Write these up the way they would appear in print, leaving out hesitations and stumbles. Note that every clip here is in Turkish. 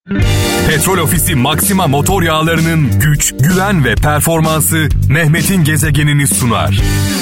Petrol Ofisi Maxima motor yağlarının güç, güven ve performansı Mehmet'in gezegenini sunar.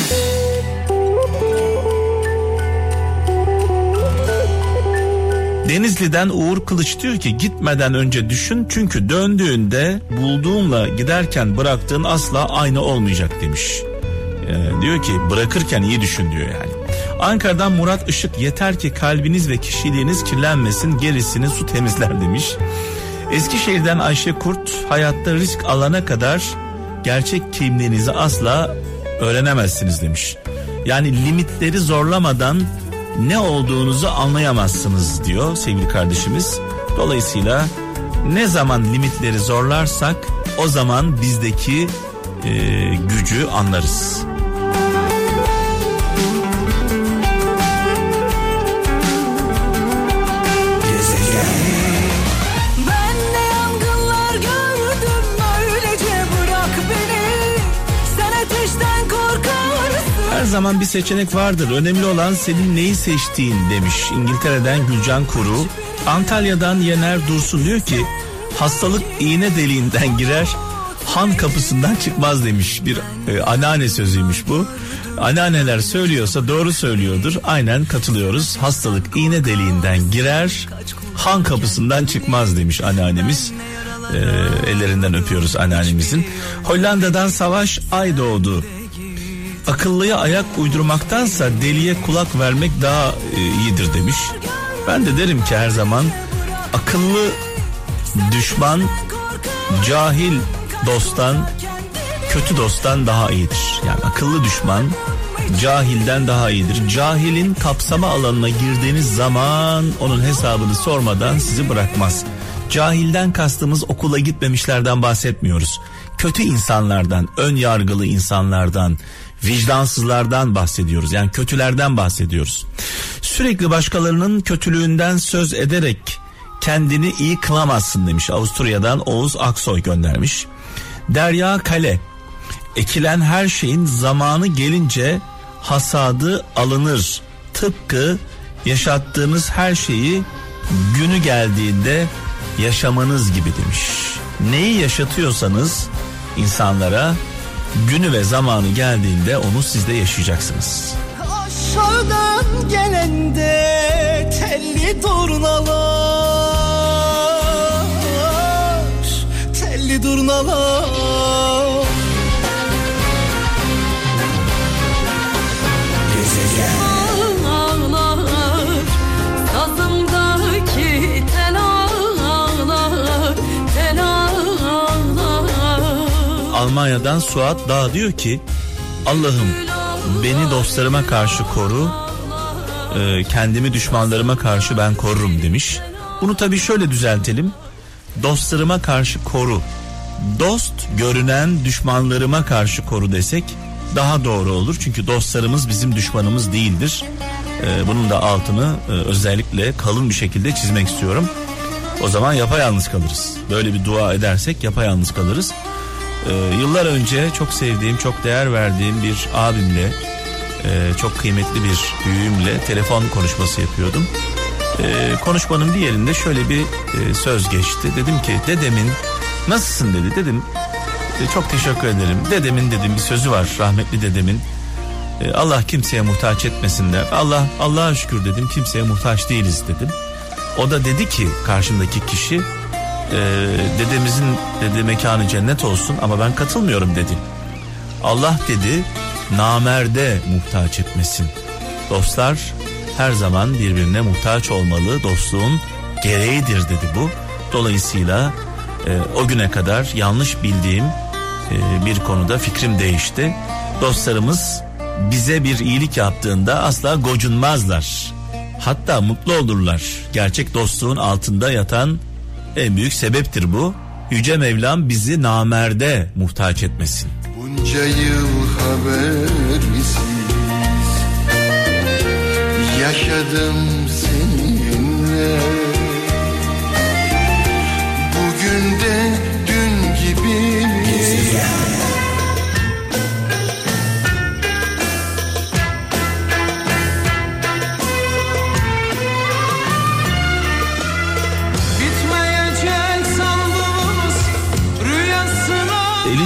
Denizli'den Uğur Kılıç diyor ki gitmeden önce düşün, çünkü döndüğünde bulduğunla giderken bıraktığın asla aynı olmayacak demiş. Diyor ki bırakırken iyi düşün diyor yani. Ankara'dan Murat Işık, yeter ki kalbiniz ve kişiliğiniz kirlenmesin, gerisini su temizler demiş. Eskişehir'den Ayşe Kurt, hayatta risk alana kadar gerçek kimliğinizi asla öğrenemezsiniz demiş. Yani limitleri zorlamadan ne olduğunuzu anlayamazsınız diyor sevgili kardeşimiz. Dolayısıyla ne zaman limitleri zorlarsak o zaman bizdeki gücü anlarız. Her zaman bir seçenek vardır. Önemli olan senin neyi seçtiğin demiş İngiltere'den Gülcan Kuru. Antalya'dan Yener Dursun diyor ki hastalık iğne deliğinden girer, han kapısından çıkmaz demiş. Bir anneanne sözüymüş bu. Anneanneler söylüyorsa doğru söylüyordur. Aynen katılıyoruz. Hastalık iğne deliğinden girer, han kapısından çıkmaz demiş anneannemiz. Ellerinden öpüyoruz anneannemizin. Hollanda'dan Savaş Aydoğdu. Akıllıya ayak uydurmaktansa deliye kulak vermek daha iyidir demiş. Ben de derim ki her zaman akıllı düşman cahil dosttan, kötü dosttan daha iyidir. Yani akıllı düşman cahilden daha iyidir. Cahilin kapsama alanına girdiğiniz zaman onun hesabını sormadan sizi bırakmaz. Cahilden kastımız okula gitmemişlerden bahsetmiyoruz. Kötü insanlardan, ön yargılı insanlardan, vicdansızlardan bahsediyoruz. Yani kötülerden bahsediyoruz. Sürekli başkalarının kötülüğünden söz ederek kendini iyi kılamazsın demiş. Avusturya'dan Oğuz Aksoy göndermiş. Derya Kale, ekilen her şeyin zamanı gelince hasadı alınır. Tıpkı yaşattığınız her şeyi günü geldiğinde yaşamanız gibi demiş. Neyi yaşatıyorsanız insanlara günü ve zamanı geldiğinde onu siz de yaşayacaksınız. Aşağıdan gelende telli durnalar, telli durnalar. Gezegen. Ağlar, sazımdaki tel ağlar, tel ağlar. Almanya'dan Suat Dağ diyor ki Allah'ım beni dostlarıma karşı koru, kendimi düşmanlarıma karşı ben korurum demiş. Bunu tabii şöyle düzeltelim. Dostlarıma karşı koru. Dost görünen düşmanlarıma karşı koru desek daha doğru olur. Çünkü dostlarımız bizim düşmanımız değildir. Bunun da altını özellikle kalın bir şekilde çizmek istiyorum. O zaman yapayalnız kalırız. Böyle bir dua edersek yapayalnız kalırız. Yıllar önce çok sevdiğim, çok değer verdiğim bir abimle, çok kıymetli bir büyüğümle telefon konuşması yapıyordum. Konuşmanın bir yerinde şöyle bir söz geçti. Dedim ki dedemin, nasılsın dedi. Dedim çok teşekkür ederim. Dedemin dedim bir sözü var, rahmetli dedemin. Allah kimseye muhtaç etmesin der. Allah'a şükür dedim, kimseye muhtaç değiliz dedim. O da dedi ki karşımdaki kişi, dedemizin dedi mekanı cennet olsun ama ben katılmıyorum dedi. Allah dedi namerde muhtaç etmesin. Dostlar her zaman birbirine muhtaç olmalı, dostluğun gereğidir dedi bu. Dolayısıyla o güne kadar yanlış bildiğim bir konuda fikrim değişti. Dostlarımız bize bir iyilik yaptığında asla gocunmazlar. Hatta mutlu olurlar. Gerçek dostluğun altında yatan en büyük sebeptir bu. Yüce Mevlam bizi namerde muhtaç etmesin. Bunca yıl habersiz yaşadım seninle. Bugün de dün gibi bitmeyecek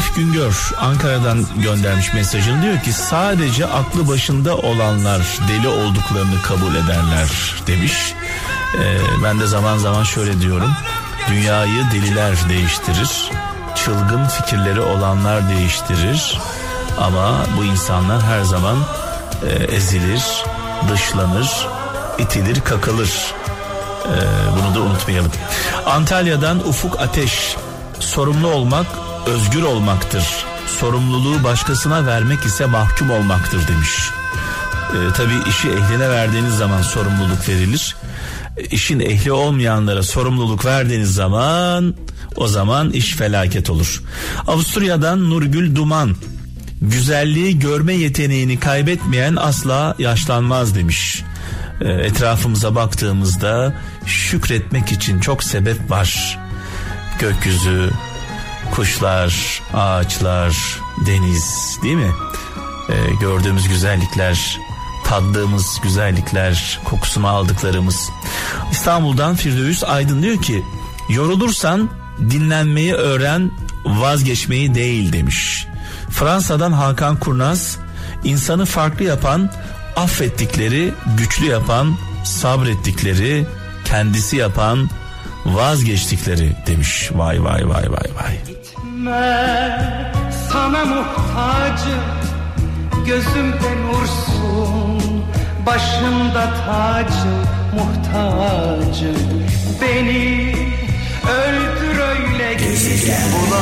Arif Güngör Ankara'dan göndermiş mesajını, diyor ki sadece aklı başında olanlar deli olduklarını kabul ederler demiş. Ben de zaman zaman şöyle diyorum, dünyayı deliler değiştirir, çılgın fikirleri olanlar değiştirir ama bu insanlar her zaman ezilir, dışlanır, itilir, kakılır. Bunu da unutmayalım. Antalya'dan Ufuk Ateş, sorumlu olmak özgür olmaktır, sorumluluğu başkasına vermek ise mahkum olmaktır demiş. Tabii işi ehline verdiğiniz zaman sorumluluk verilir. İşin ehli olmayanlara sorumluluk verdiğiniz zaman, o zaman iş felaket olur. Avusturya'dan Nurgül Duman, güzelliği görme yeteneğini kaybetmeyen asla yaşlanmaz demiş. Etrafımıza baktığımızda şükretmek için çok sebep var. Gökyüzü, kuşlar, ağaçlar, deniz, değil mi? Gördüğümüz güzellikler, tattığımız güzellikler, kokusunu aldıklarımız. İstanbul'dan Firdevs Aydın diyor ki, yorulursan dinlenmeyi öğren, vazgeçmeyi değil demiş. Fransa'dan Hakan Kurnaz, insanı farklı yapan, affettikleri, güçlü yapan, sabrettikleri, kendisi yapan, vazgeçtikleri demiş. Vay vay vay vay vay. Gitme, sana muhtacım, gözümde nursun, başımda tacım, muhtacım. Beni öldür öyle gezegen,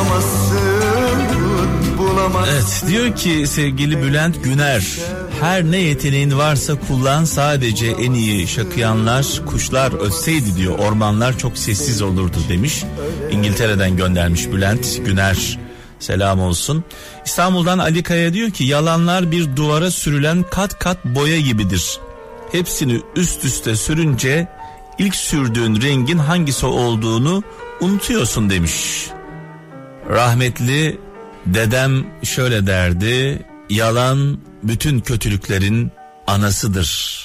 bulamazsın, bulamazsın. Evet, diyor ki sevgili Bülent Güner, her ne yeteneğin varsa kullan, sadece en iyi şakıyanlar, kuşlar ötseydi diyor, ormanlar çok sessiz olurdu demiş. İngiltere'den göndermiş Bülent Güner, selam olsun. İstanbul'dan Ali Kaya diyor ki, yalanlar bir duvara sürülen kat kat boya gibidir. Hepsini üst üste sürünce ilk sürdüğün rengin hangisi olduğunu unutuyorsun demiş. Rahmetli dedem şöyle derdi, yalan bütün kötülüklerin anasıdır.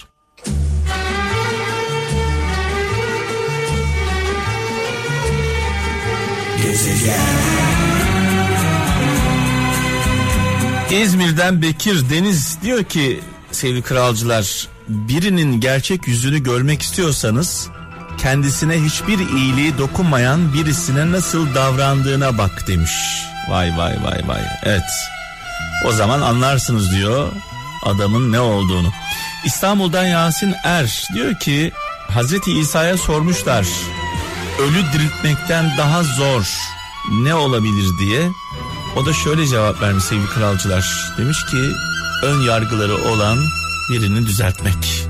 İzmir'den Bekir Deniz diyor ki, sevgili kralcılar, birinin gerçek yüzünü görmek istiyorsanız kendisine hiçbir iyiliği dokunmayan birisine nasıl davrandığına bak demiş. Vay vay vay vay. Evet, o zaman anlarsınız diyor adamın ne olduğunu. İstanbul'dan Yasin Er diyor ki, Hazreti İsa'ya sormuşlar, ölü diriltmekten daha zor ne olabilir diye. O da şöyle cevap vermiş sevgili kralcılar. Demiş ki, ön yargıları olan birini düzeltmek.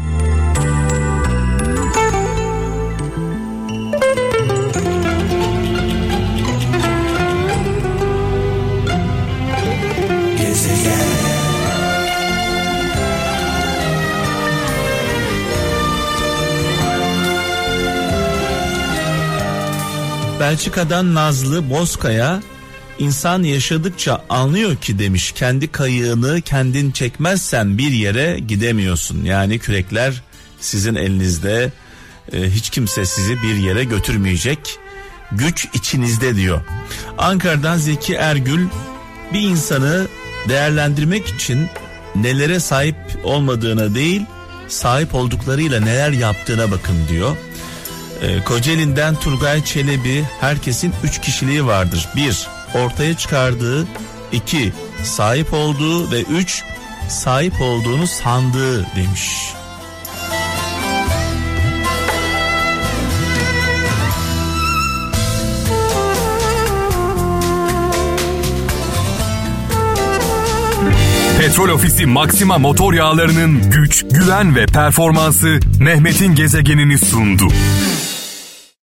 Belçika'dan Nazlı Bozkaya, insan yaşadıkça anlıyor ki demiş, kendi kayığını kendin çekmezsen bir yere gidemiyorsun. Yani kürekler sizin elinizde, hiç kimse sizi bir yere götürmeyecek, güç içinizde diyor. Ankara'dan Zeki Ergül, bir insanı değerlendirmek için nelere sahip olmadığına değil, sahip olduklarıyla neler yaptığına bakın diyor. Kocaeli'nden Turgay Çelebi, herkesin 3 kişiliği vardır. 1. Ortaya çıkardığı, 2. Sahip olduğu ve 3. Sahip olduğunu sandığı demiş. Petrol Ofisi Maxima motor yağlarının güç, güven ve performansı Mehmet'in gezegenini sundu.